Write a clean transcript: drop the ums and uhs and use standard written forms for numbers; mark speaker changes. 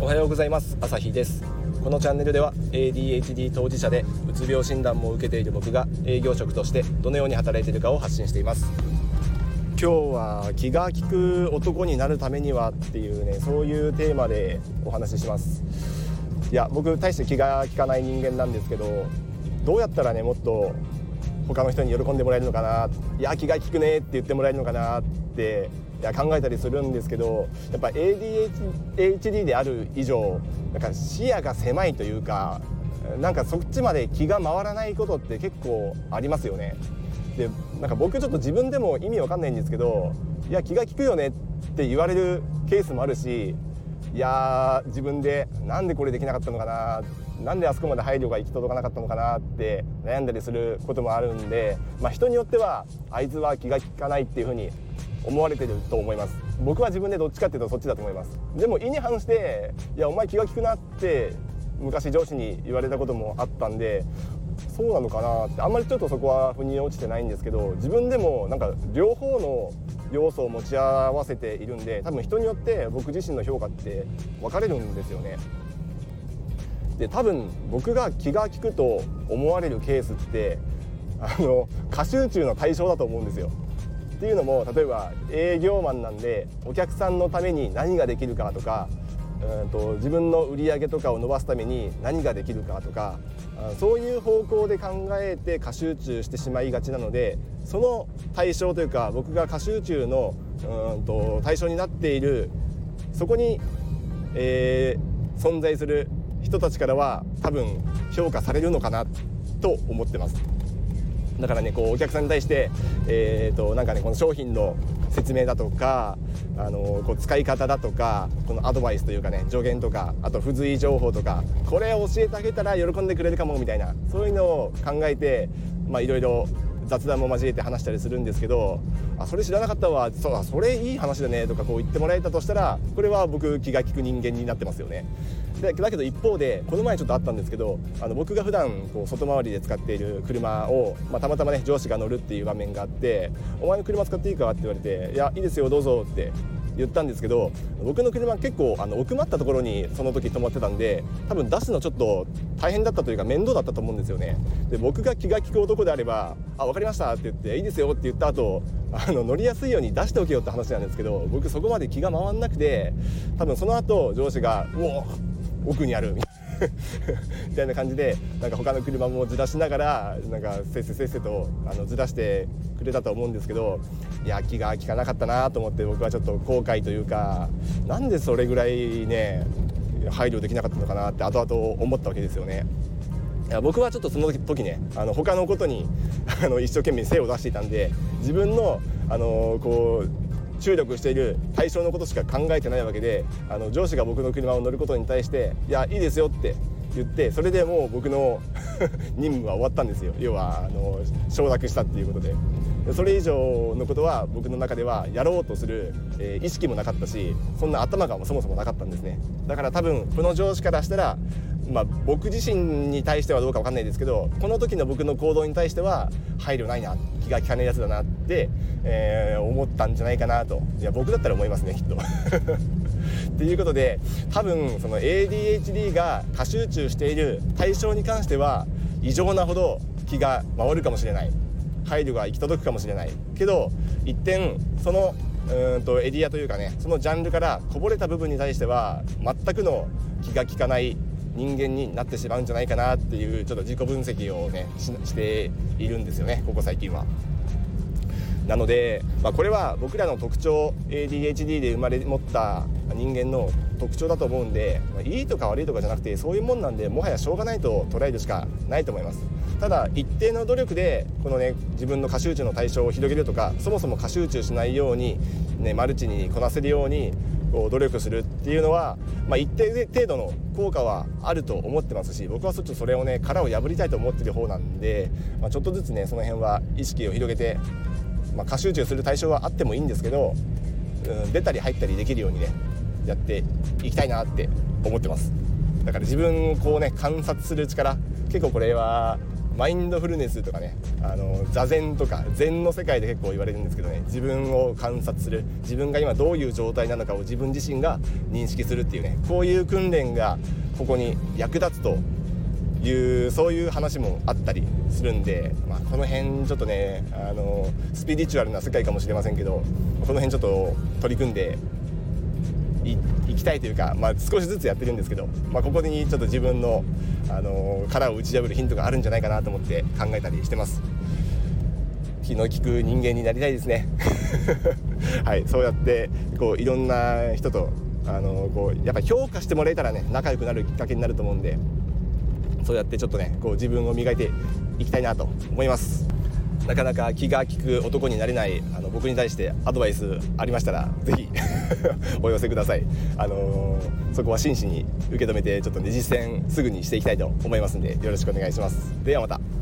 Speaker 1: おはようございます。朝日です。このチャンネルでは ADHD 当事者でうつ病診断も受けている僕が営業職としてどのように働いているかを発信しています。今日は気が利く男になるためにはっていうね、そういうテーマでお話しします。いや、僕大して気が利かない人間なんですけど、どうやったらねもっと他の人に喜んでもらえるのかな、いや気が利くねって言ってもらえるのかなって考えたりするんですけど、やっぱ ADHD である以上なんか視野が狭いというか、なんかそっちまで気が回らないことって結構ありますよね。でなんか僕ちょっと自分でも意味わかんないんですけど、いや気が利くよねって言われるケースもあるし、いや自分でなんでこれできなかったのかな、なんであそこまで配慮が行き届かなかったのかなって悩んだりすることもあるんで、人によってはあいつは気が利かないっていう風に思われてると思います。僕は自分でどっちかっていうとそっちだと思います。でも意に反して、いやお前気が利くなって昔上司に言われたこともあったんで、そうなのかなって、あんまりちょっとそこは腑に落ちてないんですけど、自分でもなんか両方の要素を持ち合わせているんで、多分人によって僕自身の評価って分かれるんですよね。で多分僕が気が利くと思われるケースって過集中の対象だと思うんですよ。っていうのも、例えば営業マンなんでお客さんのために何ができるかとか、自分の売り上げとかを伸ばすために何ができるかとか、そういう方向で考えて過集中してしまいがちなので、その対象というか僕が過集中の対象になっている、そこに、存在する人たちからは多分評価されるのかなと思ってます。だからね、お客さんに対して、なんかね、この商品の説明だとか、使い方だとか、このアドバイスというかね、助言とか、あと付随情報とか、これを教えてあげたら喜んでくれるかもみたいな、そういうのを考えて、いろいろ雑談も交えて話したりするんですけど、それ知らなかったわ、それいい話だねとか言ってもらえたとしたら、これは僕気が利く人間になってますよね。だけど一方で、この前ちょっとあったんですけど、僕が普段外回りで使っている車を、たまたまね上司が乗るっていう場面があって、お前の車使っていいかって言われて、いやいいですよどうぞって言ったんですけど、僕の車結構奥まったところにその時止まってたんで、多分出すのちょっと大変だったというか面倒だったと思うんですよね。で僕が気が利く男であれば、分かりましたって言って、いいですよって言った後乗りやすいように出しておけよって話なんですけど、僕そこまで気が回んなくて、多分その後上司が奥にあるみたいな感じで、なんか他の車もずらしながらなんかせっせとずらしてくれたと思うんですけど、いや気が利かなかったなと思って、僕はちょっと後悔というか、なんでそれぐらいね配慮できなかったのかなって後々思ったわけですよね。いや僕はちょっとその時ね、他のことに一生懸命精を出していたんで、自分の注力している対象のことしか考えてないわけで、上司が僕の車を乗ることに対して、いやいいですよって言って、それでもう僕の任務は終わったんですよ。要は承諾したっていうことで、それ以上のことは僕の中ではやろうとする、意識もなかったし、そんな頭がそもそもなかったんですね。だから多分この上司からしたら、僕自身に対してはどうか分かんないですけど、この時の僕の行動に対しては配慮ないな、気が利かないやつだなって、思ったんじゃないかなと。いや僕だったら思いますね、きっとっていうことで、多分その ADHD が過集中している対象に関しては異常なほど気が回るかもしれない、配慮が行き届くかもしれないけど、一点そのエリアというかね、そのジャンルからこぼれた部分に対しては全くの気が利かない人間になってしまうんじゃないかなっていう、ちょっと自己分析をね しているんですよね、ここ最近は。なので、これは僕らの特徴、 ADHD で生まれ持った人間の特徴だと思うんで、いいとか悪いとかじゃなくて、そういうもんなんで、もはやしょうがないと捉えるしかないと思います。ただ一定の努力でこのね、自分の過集中の対象を広げるとか、そもそも過集中しないように、マルチにこなせるように努力するっていうのは、一定程度の効果はあると思ってますし、僕はちょっとそれをね殻を破りたいと思ってる方なんで、ちょっとずつねその辺は意識を広げて、過集中する対象はあってもいいんですけど、出たり入ったりできるようにねやっていきたいなって思ってます。だから自分を観察する力、結構これはマインドフルネスとかね、座禅とか禅の世界で結構言われるんですけどね、自分を観察する、自分が今どういう状態なのかを自分自身が認識するっていうね、こういう訓練がここに役立つというそういう話もあったりするんで、この辺ちょっとねスピリチュアルな世界かもしれませんけど、この辺ちょっと取り組んでいきたいというか、少しずつやってるんですけど、ここにちょっと自分の、殻を打ち破るヒントがあるんじゃないかなと思って考えたりしてます。気の利く人間になりたいですねはい、そうやってこういろんな人とこうやっぱ評価してもらえたらね、仲良くなるきっかけになると思うんで、そうやってちょっとねこう自分を磨いていきたいなと思います。なかなか気が利く男になれない僕に対してアドバイスありましたらぜひお寄せください。そこは真摯に受け止めて、ちょっとね実践すぐにしていきたいと思いますんで、よろしくお願いします。ではまた。